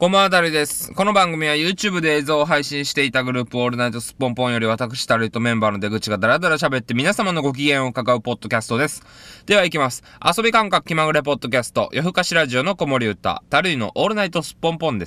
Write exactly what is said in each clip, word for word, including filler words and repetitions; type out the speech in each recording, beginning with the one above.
こんばんは、たるいです。この番組は YouTube で映像を配信していたグループオールナイトスッポンポンより私たるいとメンバーの出口がダラダラ喋って皆様のご機嫌を伺うポッドキャストです。では行きます。遊び感覚気まぐれポッドキャスト、夜更かしラジオの子守歌、たるいのオールナイトスッポンポンです。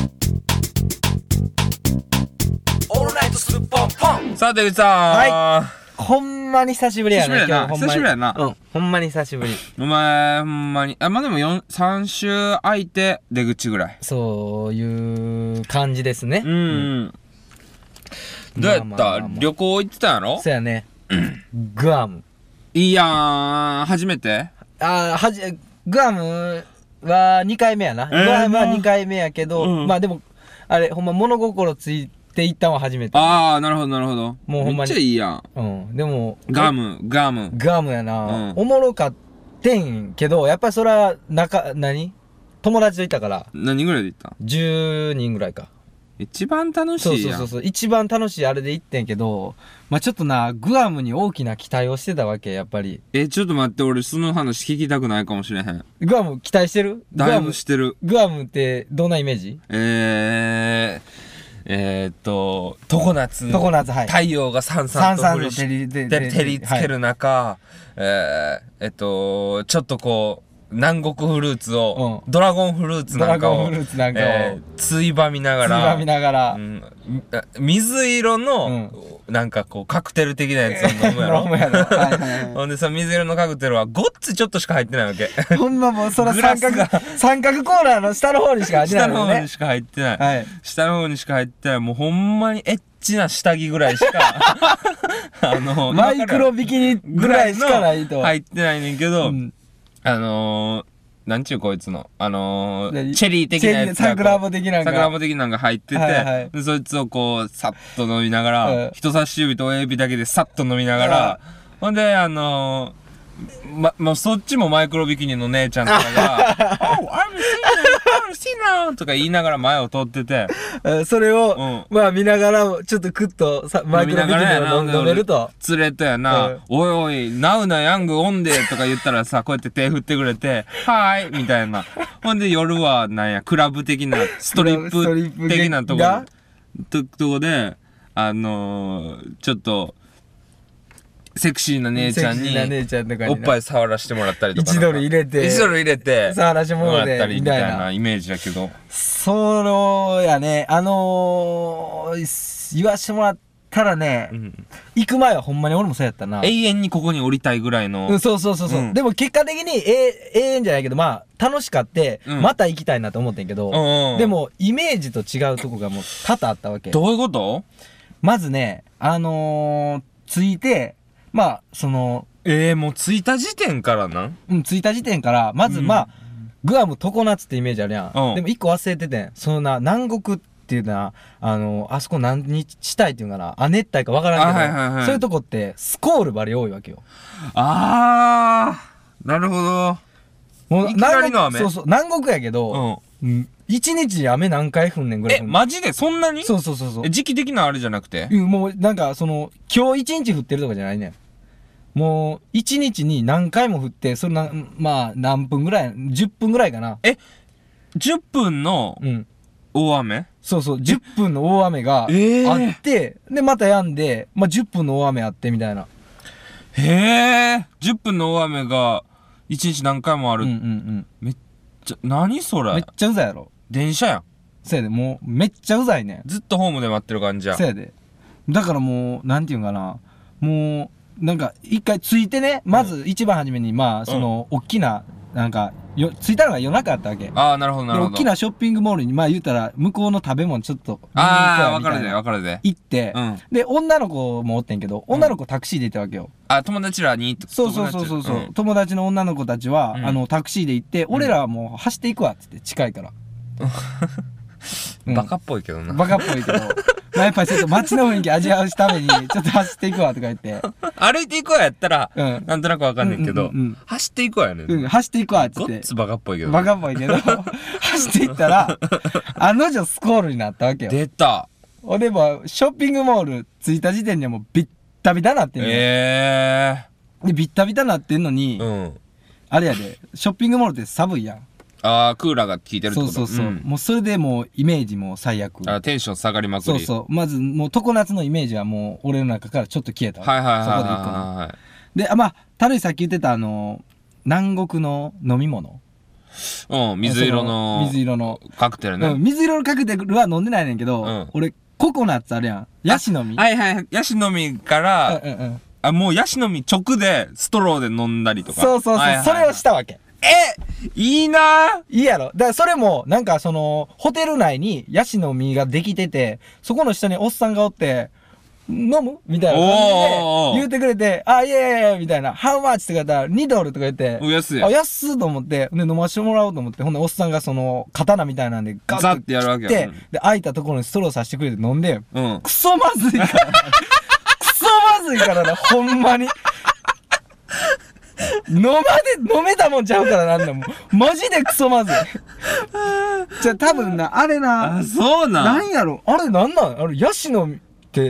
オールナイトスッポンポン。さあ、出口さん。 はい。ほんまに久しぶりやね。 久しぶりやな。久しぶりやな。 うん。ほんまに久しぶり。 お前、ほんまに。あ、まあ、でもよん、さん週空いて出口ぐらい。 そういう感じですね。 うん。うん、どうやった、まあまあまあまあ、旅行行ってたんやろ？ そうやね。グアム。 いいやん。初めて？ あー、はじ、グアムはにかいめやな。えー、グアムはにかいめやけど、うん、まあでも、あれ、ほんま物心ついて、って言ったのは初めて。 ああ、なるほどなるほど。 もうほんまに。 めっちゃいいやん。 うん。でも、 ガム、ガム。 ガムやな、うん。おもろかってんけど、やっぱりそれは、なか、何友達と行ったから。 何人ぐらいで行った？ じゅうにんぐらいか。 一番楽しいやん。 そうそうそうそう。一番楽しいあれで行ってんけど、まあちょっとな、グアムに大きな期待をしてたわけ、やっぱり。 え、ちょっと待って、俺その話聞きたくないかもしれへん。 グアム期待してる？ だいぶしてる。 グアムってどんなイメージ？ えー。えー、っと、常夏。 常夏、はい。 太陽がさんさんと降り照り、 照りつける中、はい、えー、えっと、ちょっとこう、南国フルーツを、うん、ドラゴンフルーツなんかを、ドラゴンフルーツなんかを、えー、ついばみながら、 ついばみながら、うん、 水色の、うんなんかこう、カクテル的なやつを飲むやろ。 飲むやろ。はいはいはい。 ほんでさ、水色のカクテルはごっつちょっとしか入ってないわけ。 ほんまもう、その三角、三角コーナーの下の方にしか入ってない、ね。 下の方にしか入ってない。はい。下の方にしか入ってない。もうほんまにエッチな下着ぐらいしか、 あの、マイクロビキニぐらいしかないと。 入ってないねんけど、うん、あのー、なんちゅうこいつの、あのー、チェリー的なやつが、 サクラボ的なのが、 サクラボ的なのが入ってて、はいはい、でそいつをこう、さっと飲みながら、うん、人差し指と親指だけでさっと飲みながら、うん、ほんで、あのー、ま、ま、そっちもマイクロビキニの姉ちゃんとかが、Oh, I'm sinner! I'm sinner! とか言いながら前を通ってて、 それを、うん、まあ見ながら、ちょっとクッとさマイクロビキニを飲めると。 釣れたやな、うん、おいおい、ナウなヤングオンデーとか言ったらさ、こうやって手振ってくれて、はーいみたいな。ほんで夜は、なんや、クラブ的な、ストリップ的なとこ、と、とこで、あのー、ちょっと、セクシーな姉ちゃんにおっぱい触らせてもらったりとか、 いちドル入れていちドル入れて触らせてもらったりみたいなイメージだけど、 そうやね。あのー、言わしてもらったらね、うん、行く前はほんまに俺もそうやったな。 永遠にここに降りたいぐらいの、 うん、そうそうそうそう、うん、でも結果的にえ永遠じゃないけど、まあ楽しかって、うん、また行きたいなと思ってんけど、うんうん、でもイメージと違うとこがもう多々あったわけ。 どういうこと？ まずね、あのー、着いて、まあ、その、 ええー、もう着いた時点からなうん、着いた時点から、まずまあ、うん、グアム常夏ってイメージあるやん。うん、でも一個忘れててん。そのな、南国っていうのは、あの、あそこ何日地帯っていうかな、亜熱帯かわからんけど、はいはいはい、そういうとこってスコールバリ多いわけよ。 あー、なるほど。もう、いきなりの雨？ そうそう、南国やけど、うん。一日に雨何回降んねんぐらい。 え、マジでそんなに？ そうそうそうそう。 え、時期的なあれじゃなくて？ うん、もうなんかその、今日一日降ってるとかじゃないねん。もう、一日に何回も降って、それな、まあ、何分ぐらい、じゅっぷんぐらいかな。 え、じゅっぷんの大雨？うん、 そうそう、じゅっぷんの大雨があって、えー、で、また止んで、まあ、じゅっぷんの大雨あってみたいな。 へえ、じゅっぷんの大雨が一日何回もある。うんうんうん。めっちゃ、何それ？ めっちゃうざいやろ。 電車やん。 そうやで、もう、めっちゃうざいねん。 ずっとホームで待ってる感じやん。 そうやで。だからもう、なんていうんかな。もう、なんか、一回着いてね、まず一番初めに、まあ、その、おっきな、なんか、よ、着いたのが夜中やったわけ。 ああ、なるほど、なるほど。 で、おっきなショッピングモールに、まあ言うたら、向こうの食べ物ちょっと、 ああ、わかるで、わかるで。 行って、うん、で、女の子もおってんけど、女の子タクシーで行ったわけよ。 あ、友達らにそうそうそうそうそう、うん、友達の女の子たちは、うん、あの、タクシーで行って、俺らはもう走っていくわ、つって、近いから。 バカっぽいけどな。 バカっぽいけど。まあやっぱりちょっと街の雰囲気味わうために、ちょっと走っていくわとか言って。 歩いていくわやったら、うん、なんとなくわかんないけど、うんうんうん、走っていくわやねん。 うん、走っていくわって言って。 ごっつバカっぽいけど。 バカっぽいけど、走っていったら、あの女スコールになったわけよ。 出た。 俺も、ショッピングモール着いた時点でもうビッタビタなってんの。 えー。 で、ビッタビタなってんのに、うん、あれやで、ショッピングモールって寒いやん。 ああ、クーラーが効いてるってこと。 そうそうそう、うん、もうそれでもうイメージも最悪。 あ、テンション下がりまくり。 そうそう、まずもう常夏のイメージはもう俺の中からちょっと消えた。 はいはいはいはい、はい、 そこで一個ので、あ、まあたるいさっき言ってたあの南国の飲み物、 うん、水色の水色のカクテルね、 うん、水色のカクテルは飲んでないねんけど、うん、俺ココナッツあるやん、ヤシの実。 はいはい、ヤシの実から、 うんうんうん、 あ、もうヤシの実直でストローで飲んだりとか。 そうそうそう、はいはいはい、それをしたわけ。 え、いいなぁ。 いいやろ。だからそれもなんかそのホテル内にヤシの実ができてて、そこの下におっさんがおって、飲むみたいな感じで言うてくれて、あ、いやいやいやみたいな、ハウマッチって言ったらにドルとか言って、 お安い。 あ、安いと思って、で飲ましてもらおうと思って、ほんでおっさんがその刀みたいなんでガッてやるわけや。 で、開いたところにストローさせてくれて飲んで、 うん、 クソまずいから、クソまずいからな、ほんまに。飲まで、飲めたもんちゃうからなんだもん。マジでクソまずい。じゃあ多分な、あれな。 あ、そうなん。 なんやろ、あれなんなんあれ、ヤシの実って、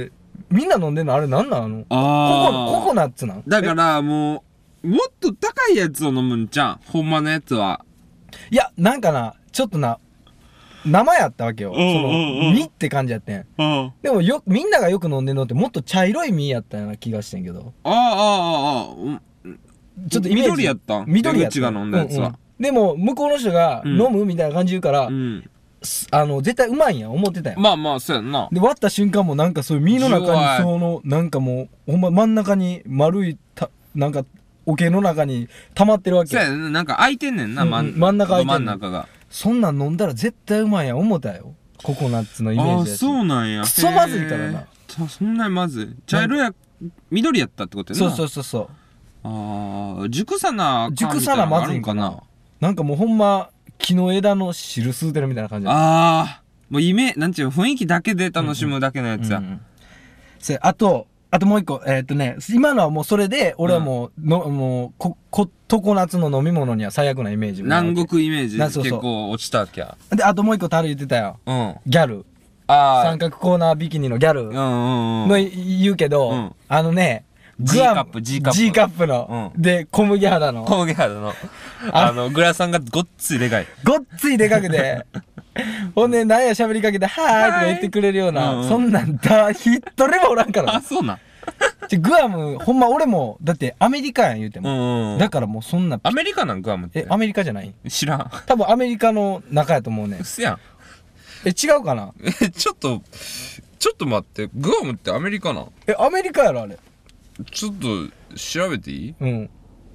みんな飲んでんのあれなんなんあの。 あココ、ココナッツなんだからもう、もっと高いやつを飲むんちゃん。ほんまのやつは。 いや、なんかな、ちょっとな、生やったわけよ。 うんうんうん、 その、実って感じやってん。 うん、 でもよ、みんながよく飲んでんのってもっと茶色い実やったような気がしてんけど。 ああ、ああ、ああ、うん。ちょっと緑やったん？ 緑やった。 出口が飲んだやつは、 うんうん。でも、向こうの人が飲むみたいな感じ言うから、うん、あの、絶対うまいんや、思ってたよ。 まあまあ、そうやんな。 で、割った瞬間もなんかそういう実の中に、その、なんかもう、ほんま真ん中に丸い、た、なんか、桶の中に溜まってるわけ。 そうやね、なんか空いてんねんな、うん、真ん真ん中空いてんねん。 真ん中が。 そんなん飲んだら絶対うまいやん、思ったよ。ココナッツのイメージやし。 ああ、そうなんや。 クソまずいからな。 そんなにまずい。茶色や、緑やったってことやな。 そうそうそうそう。 ああ、熟さな熟さなまずいんかな。なんかもうほんま木の枝の汁吸うてるみたいな感じ。 ああ、もうイメなんちゅう雰囲気だけで楽しむだけのやつや。うんうん、 せあとあともう一個えー、っとね今のはもうそれで俺はもう、うん、のもうここ常夏の飲み物には最悪なイメージ。 南国イメージ結構落ちたわけや。 であともう一個タル言ってたよ。 うん、 ギャル。あ三角コーナービキニのギャルの言うけど、うん、あのね。 G カップ G カップ G カップの、うん、で小麦肌の小麦肌のあのグラサンがごっついでかいごっついでかくてほんでなんや喋りかけて「はーい」とか言ってくれるような、うん、そんなんだ一人もおらんから。 あ、そうなん。 グアムほんま俺もだってアメリカやん言うても、うんうん、だからもうそんなアメリカなんグアムって。 えアメリカじゃない？ 知らん。 多分アメリカの中やと思うねん。 うっせやん。 え違うかな。 えちょっとちょっと待って、グアムってアメリカなん？ えアメリカやろあれ。 ちょっと調べていい？ うん。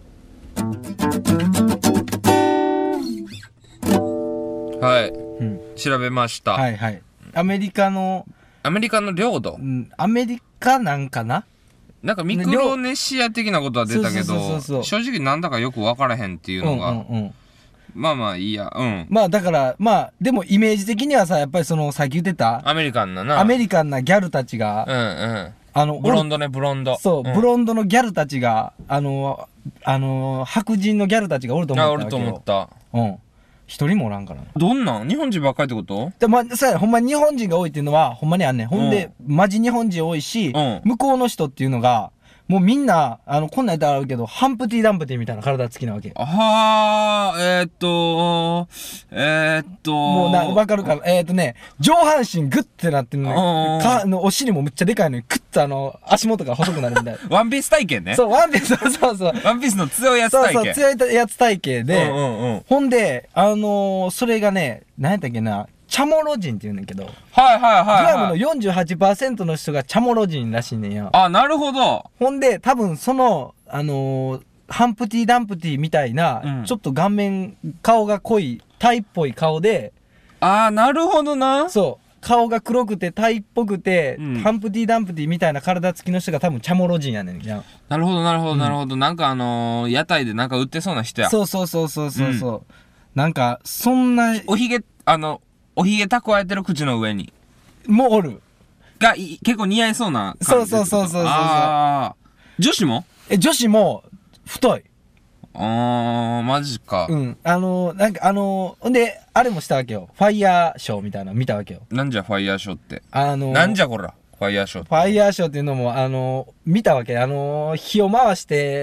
はい、うん、調べました。 はいはい。アメリカのアメリカの領土、 うん、アメリカなんかな。 なんかミクロネシア的なことは出たけど正直なんだかよく分からへんっていうのが、うんうんうん、まあまあいいや。うん。 まあだからまあでもイメージ的にはさやっぱりそのさっき言ってたアメリカンななアメリカンなギャルたちがうんうんあのブロンドねブロンドそう、うん、ブロンドのギャルたちがあのあの白人のギャルたちがおると思ったわけよ。 あおると思った。 うん一人もおらんからな。 どんなん日本人ばっかりってこと？ でまあさほんまに日本人が多いっていうのはほんまにあんねん。ほんで、うん、マジ日本人多いし、うん、向こうの人っていうのがもうみんなあのこんなん言ったらあるけどハンプティ・ダンプティみたいな体つきなわけ。 あーえー、っとえー、っともうな分かるからえー、っとね上半身グッてなってるのにかのお尻もむっちゃでかいのにクッとあの足元が細くなるみたいなワンピース体型ね。 そうワンピースそうそうそうワンピースの強いやつ体型。 そうそう強いやつ体型で、 うんうんうん、 ほんであのー、それがね何やったっけなチャモロ人って言うねんけど、 はいはいはい、はい、 グアムの よんじゅうはちパーセント の人がチャモロ人らしいねんや。 あ、なるほど。 ほんで多分そのあのー、ハンプティ・ダンプティみたいな、うん、ちょっと顔面顔が濃いタイっぽい顔で、 あーなるほどな。 そう顔が黒くてタイっぽくて、うん、ハンプティ・ダンプティみたいな体つきの人が多分チャモロ人やねんや。 なるほどなるほどなるほど、うん、なんかあのー、屋台でなんか売ってそうな人や。 そうそうそうそうそうそう、うん、なんかそんなおひげあのおひげ蓄えてる口の上にもうおるが結構似合いそうな感じ。そうそうそうそうそうそう。 あ女子もえ女子も太い。 あーマジか。 うんあのー、なんかあのー、んであれもしたわけよ。ファイヤーショーみたいなの見たわけよ。 なんじゃファイヤーショーってあのー、 なんじゃこらファイヤーショーって。 ファイヤーショーっていうのもあのー、見たわけ。あのー、火を回して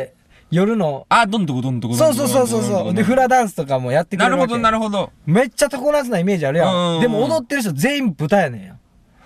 夜のあどんどこどんどこそうそうそうそうそうでフラダンスとかもやってくれるわけ。 なるほどなるほど。 めっちゃ常夏なイメージあるやん。でも踊ってる人全員豚やねんや。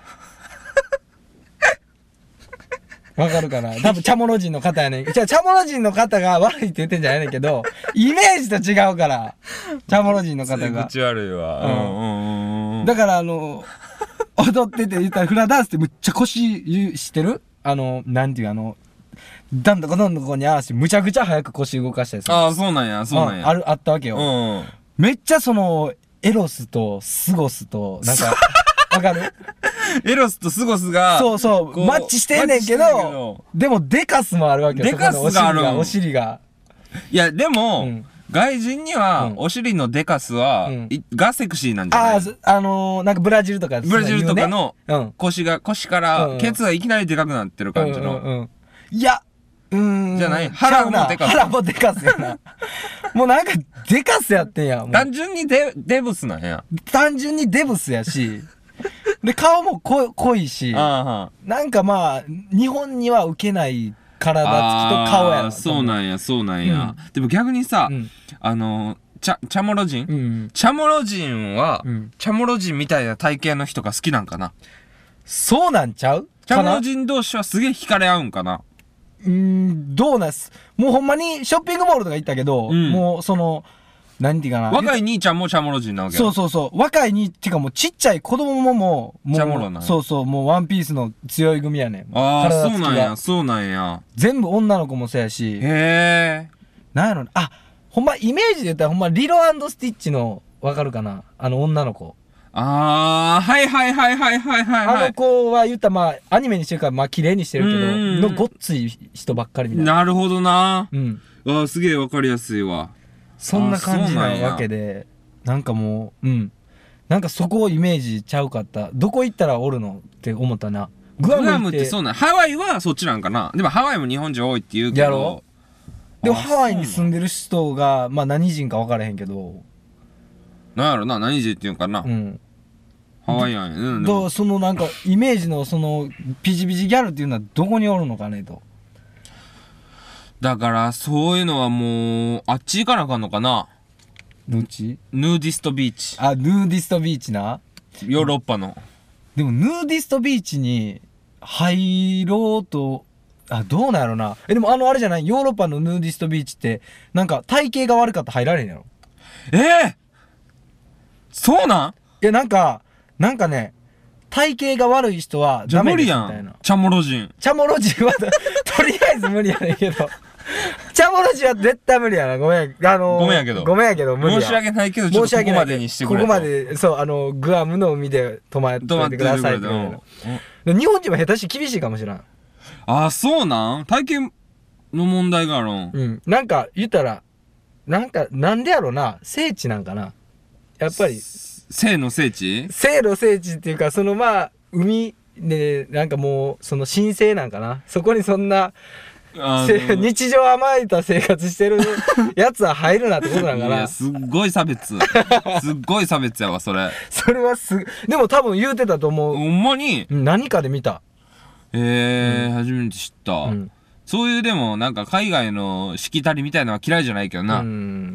わかるかな。多分チャモロ人の方やねん。じゃあチャモロ人の方が悪いって言ってんじゃないねんけど、イメージと違うから。チャモロ人の方が。 口悪いわ。うんうんうん。 だからあの踊ってて言ったらフラダンスってむっちゃ腰してる？あのなんていうあのどんどこどんどこに合わせてむちゃくちゃ早く腰動かしたりする。 ああそうなんやそうなんや。 あるあったわけよ。うん。めっちゃそのエロスとスゴスとなんか。わかる？ エロスとスゴスがそうそうマッチしてんねんけど、でもデカスもあるわけよ。 デカスがある。 お尻が。 いやでも、うん、外人にはお尻のデカスは、うん、がセクシーなんじゃない？あああのー、なんかブラジルとか、 ね、ブラジルとかの腰が腰からケツがいきなりでかくなってる感じの。 うんうんうん、いや。うーんじゃない腹もデカス。 腹もデカスやな。もうなんかデカスやってんや。 単純にデデブスなんや。 単純にデブスやし。で顔も濃濃いし、なんかまあ日本には受けない体つきと顔やな。 そうなんやそうなんや、うん、でも逆にさ、うん、あのチャチャモロ人、うん、チャモロ人は、うん、チャモロ人みたいな体型の人が好きなんかな。 そうなんちゃう？ チャモロ人同士はすげえ惹かれ合うんかな。 うーんどうなんす。もうほんまにショッピングモールとか行ったけど、うん、もうそのなんていうかな。 若い兄ちゃんもチャモロ人なわけ。 そうそうそう。若いに、っていうかもうちっちゃい子供ももう、 チャモロな。 そうそう、もうワンピースの強い組やねん。 ああ、そうなんや、そうなんや。 全部女の子もそうやし。 へえ。 なんやろな。あ、ほんまイメージで言ったらほんまリロ&スティッチの、わかるかな？あの女の子。 ああ、はいはいはいはいはいはい、はい。 あの子は言ったらまあ、アニメにしてるからまあ綺麗にしてるけど、のごっつい人ばっかりみたいな。 なるほどな。うん。ああ、すげえわかりやすいわ。 そんな感じなわけで、なんかもう、うん。なんかそこをイメージちゃうかった。どこ行ったらおるのって思ったな。 グアムってそうなん。ハワイはそっちなんかな。でもハワイも日本人多いって言うけど。やろでもハワイに住んでる人が、まあ何人か分からへんけど。 なんやろな、何人って言うんかな。うん。ハワイアンやね。うん、 どうそのなんかイメージのそのピジピジギャルっていうのはどこにおるのかねと。 だからそういうのはもうあっち行かなあかんのかな。 どっち？ ヌーディストビーチ。 あ、ヌーディストビーチな。 ヨーロッパの。 でもヌーディストビーチに入ろうと、あ、どうなんやろな。え、でもあのあれじゃない、ヨーロッパのヌーディストビーチってなんか体型が悪かったら入られへんやろ。 ええー、そうなん？ いやなんかなんかね、体型が悪い人はダメですみたいな。 無理やん。チャモロ人。 チャモロ人はとりあえず無理やねんけど。チャモロ人は絶対無理やな。ごめん。あのー、 ごめんやけど。 ごめんやけど無理や。 申し訳ないけど、ちょっとここまでにしてくれ。 ここまで、そう、あの、グアムの海で泊まってくださいって言うの。日本人は下手し厳しいかもしれん。 ああ、そうなん？体型の問題があるん。 うん。なんか言ったら、なんか、なんでやろな。聖地なんかな。やっぱり。 性の聖地？ 性の聖地っていうか、そのまあ、海で、なんかもう、その神聖なんかな。そこにそんな、日常甘えた生活してるやつは入るなってことなんかな。いや、 すっごい差別。すっごい差別やわ、それ。 それはす、でも多分言うてたと思う。 ほんまに？ 何かで見た。 えー、うん、初めて知った。うん、そういうでも、なんか海外のしきたりみたいなのは嫌いじゃないけどな。うん。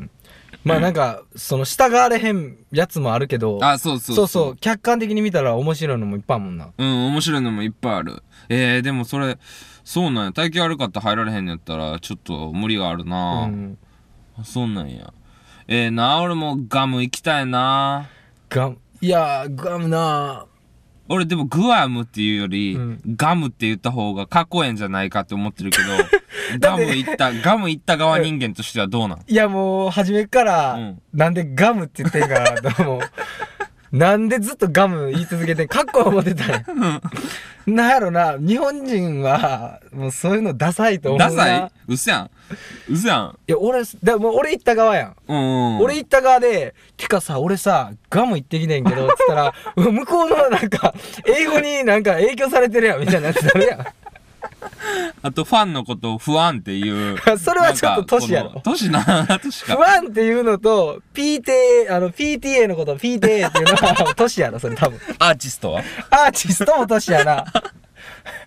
まあなんか、その従われへんやつもあるけど。 あ、そうそうそう。そうそう。客観的に見たら面白いのもいっぱいあるもんな。 うん、面白いのもいっぱいある。えー、でもそれ、そうなんや。体型悪かったら入られへんのやったら、ちょっと無理があるな。うん。そうなんや。えー、な、俺もガム行きたいな。 ガム、いやー、ガムな。 俺でもグアムっていうより、うん、ガムって言った方がかっこええんじゃないかって思ってるけど、ガム行った、ガム行った側人間としてはどうなん？ いやもう、初めから、うん、なんでガムって言ってんかなと思う。なんでずっとガム言い続けてんかっこ思ってたんや。なんやろな、日本人は、もうそういうのダサいと思うな。 ダサい？うそやん。うそやん。 いや、俺、でも俺行った側やん。うんうんうん、俺行った側で、てかさ、俺さ、ガム行ってきてんけど、つったら、向こうのなんか、英語になんか影響されてるやん、みたいなやつあるやん。 あとファンのことを不安っていう。 それはちょっと年やろ。 年な、年か。 不安っていうのと、ピーティー、あの、ピーティーエー のことを ピーティーエー っていうのは年やろ、それ多分。 アーティストは？ アーティストも年やな。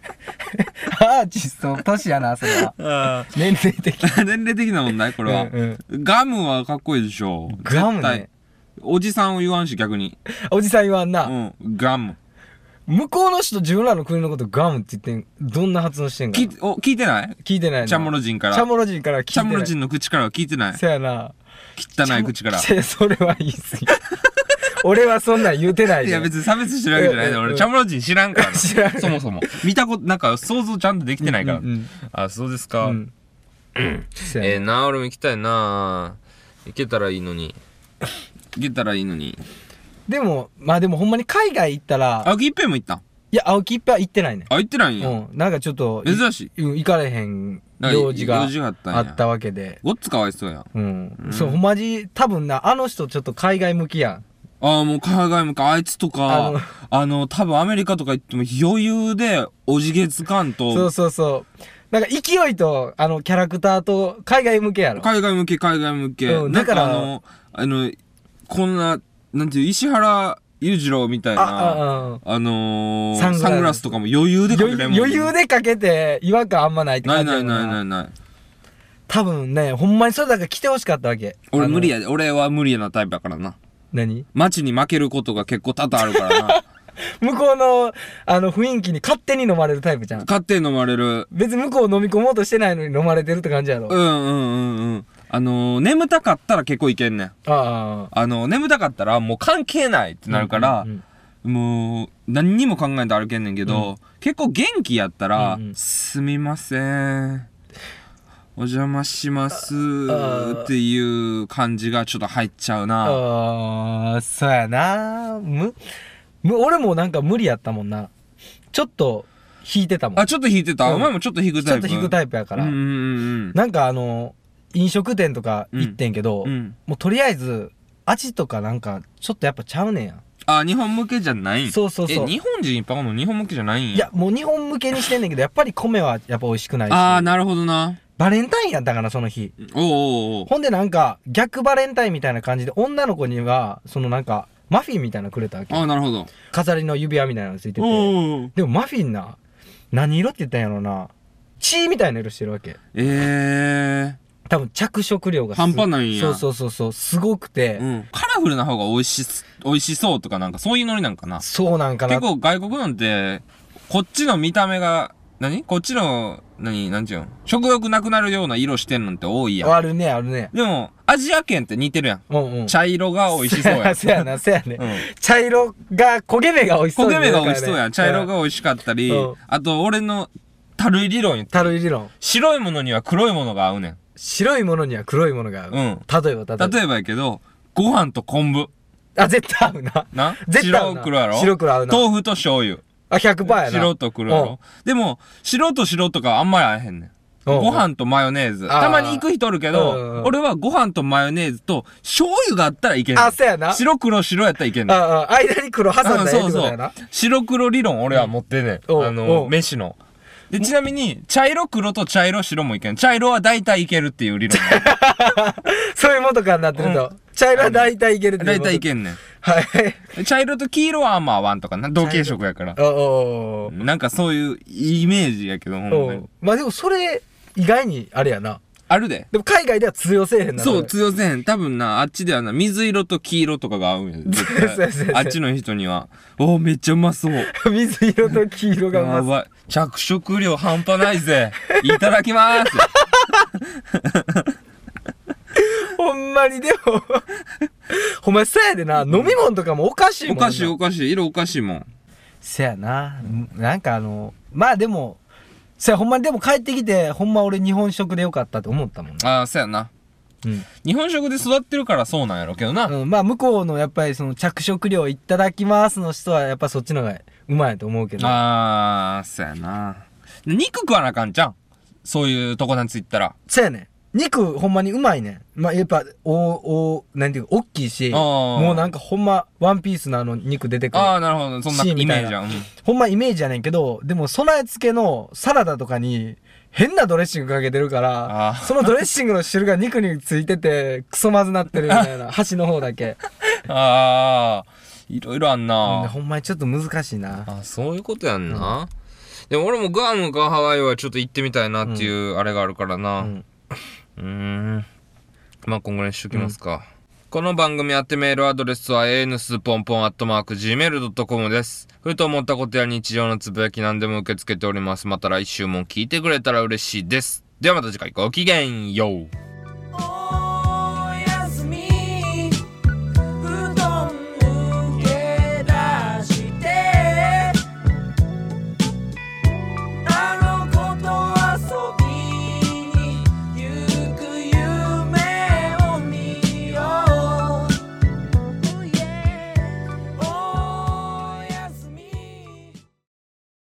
アーティストの年やなそれは。年齢的年齢的な問題これは、うんうん、ガムはかっこいいでしょ。 ガムね。 おじさんを言わんし逆に。 おじさん言わんな。 うん。ガム。 向こうの人自分らの国のことガムって言ってん、どんな発音してんかな。 聞, お聞いてない聞いてないな。 チャモロ人から。 チャモロ人から聞いてない。 チャモロ人の口からは聞いてない。 そやな。 汚い口から。 いや、それは言い過ぎ。俺はそんなん言うてないで。 いや別に差別してるわけじゃないで、俺チャモロ人知らんから知らんそもそも見たことなんか想像ちゃんとできてないから、うんうんうん、あそうですか、うんうん、えー、な俺も行きたいな行けたらいいのに行けたらいいのに。 でもまあでもほんまに海外行ったら青木一平も行ったん。 いや青木一平は行ってないね。 あ行ってないんや、 うん、なんかちょっと珍しい、 うん、行かれへん用事があったわけでごっつかわいそうや、 うんうん、そうほんまに多分なあの人ちょっと海外向きやん。 ああもう海外向きあいつとかあのあの多分アメリカとか行っても余裕でおじげつかんと。 そうそうそうなんか勢いとあのキャラクターと海外向けやろ。 海外向け海外向け、うん、だからあのあのこんななんていう石原裕次郎みたいな あ, あ, あのー、サングラス、サングラスとかも余裕でかけれんもん。 余裕でかけて違和感あんまないって感じ。 ないないないないない多分ねほんまにそれだけ来てほしかったわけ。 俺無理やで。俺は無理なタイプやからな。 何街に負けることが結構多々あるからな向こうのあの雰囲気に勝手に飲まれるタイプじゃん。 勝手に飲まれる。 別に向こう飲み込もうとしてないのに飲まれてるって感じやろ。 うんうんうんうんあのー、眠たかったら結構いけんねん。 ああのー、眠たかったらもう関係ないってなるから、うんうんうん、もう何にも考えんと歩けんねんけど、うん、結構元気やったら、うんうん、すみませんお邪魔しますっていう感じがちょっと入っちゃうな。 ああそうやな。むむ俺もなんか無理やったもんな。ちょっと引いてたもん。 あちょっと引いてた、うん、お前もちょっと引くタイプ。 ちょっと引くタイプやから、うんうんうん、なんかあの飲食店とか行ってんけど、うんうん、もうとりあえず味とかなんかちょっとやっぱちゃうねんや。 あ日本向けじゃないん。 そうそうそう。 え日本人いっぱいおるの日本向けじゃないんや。 いやもう日本向けにしてんねんけどやっぱり米はやっぱ美味しくないし。 ああなるほどな。 バレンタインやったかなその日。 おうおうおう。 ほんでなんか逆バレンタインみたいな感じで女の子にはそのなんかマフィンみたいなのくれたわけ。 ああなるほど。 飾りの指輪みたいなのついてて。 おう。 でもマフィンな何色って言ったんやろな。血みたいな色してるわけ。 ええー。 多分着色料が半端ないんや。 そうそうそうそうすごくて、 うん、カラフルな方が美味し美味しそうとかなんかそういうノリなんかな。 そうなんかな。 結構外国なんてこっちの見た目が何こっちの何なんていうの食欲なくなるような色してんのって多いやん。 あるねあるね。 でもアジア圏って似てるやん、うんうん、茶色が美味しそうやんそうやなそうやね、うん、茶色が焦げ目が美味しそう、 ね、焦げ目が美味しそうやん。茶色が美味しかったり、うん、あと俺のたるい理論言ってたるい理論白いものには黒いものが合うねん。 白いものには黒いものが合う、うん、例えば例えば例えばやけどご飯と昆布あ絶対合うなな絶対合うな。 白黒やろ。白黒合うな。 豆腐と醤油あ ひゃくパーセント やな。 白と黒やろ。でも白と白とかあんまり合えへんねん。ご飯とマヨネーズたまに行く人おるけど俺はご飯とマヨネーズと醤油があったらいけんねん。 あそうやな。 白黒白やったらいけんねん。 ああ間に黒挟んだらいいってことやな。 そうそう白黒理論俺は持ってんねん、うん、あの飯のでちなみに茶色黒と茶色白もいけん。茶色は大体いけるっていう理論そういうもとかになってると、うん、茶色は大体いけるっていう大体いけんねん。 はい茶色と黄色はあんま合わんとかな同系色やからおなんかそういうイメージやけどほんまに。 まあでもそれ意外にあれやな。 あるで。 でも海外では通用せえへんな。 そう通用せえへん。多分なあっちではな水色と黄色とかが合うんや絶対あっちの人には。おーめっちゃうまそう水色と黄色がうまそう。やばい着色料半端ないぜいただきまーすほんまにでもほんまそうやでな、うん、飲み物とかもおかしいもんな。 おかしいおかしい色おかしいもん。 せやななんかあのまあでもそやほんまにでも帰ってきてほんま俺日本食でよかったと思ったもんね。 ああそうやな、うん、日本食で育ってるからそうなんやろうけどな、 うん、まあ向こうのやっぱりその着色料いただきますの人はやっぱそっちの方がうまいと思うけど。 ああそうやな肉食わなあかんちゃんそういうとこなんついったら。 そうやね肉ほんまにうまいねん。まあやっぱおおなんていうか大きいしもうなんかほんまワンピースのあの肉出てくる。 ああなるほどそんなイメージやん、うん、 ほんまイメージやねんけどでも備え付けのサラダとかに変なドレッシングかけてるからそのドレッシングの汁が肉についててクソまずなってるみたいな端の方だけああいろいろあんな、 うん、ほんまにちょっと難しいな。 あそういうことやんな、 でも俺もグアムかハワイはちょっと行ってみたいなっていうあれがあるからな。うん。うーん。まあ、こんぐらいにしときますか。うん、この番組宛てメールアドレスは エーエヌエス ポンポンアットマーク ジーメールドットコム です。ふと思ったことや日常のつぶやき何でも受け付けております。また来週も聞いてくれたら嬉しいです。ではまた次回ごきげんよう。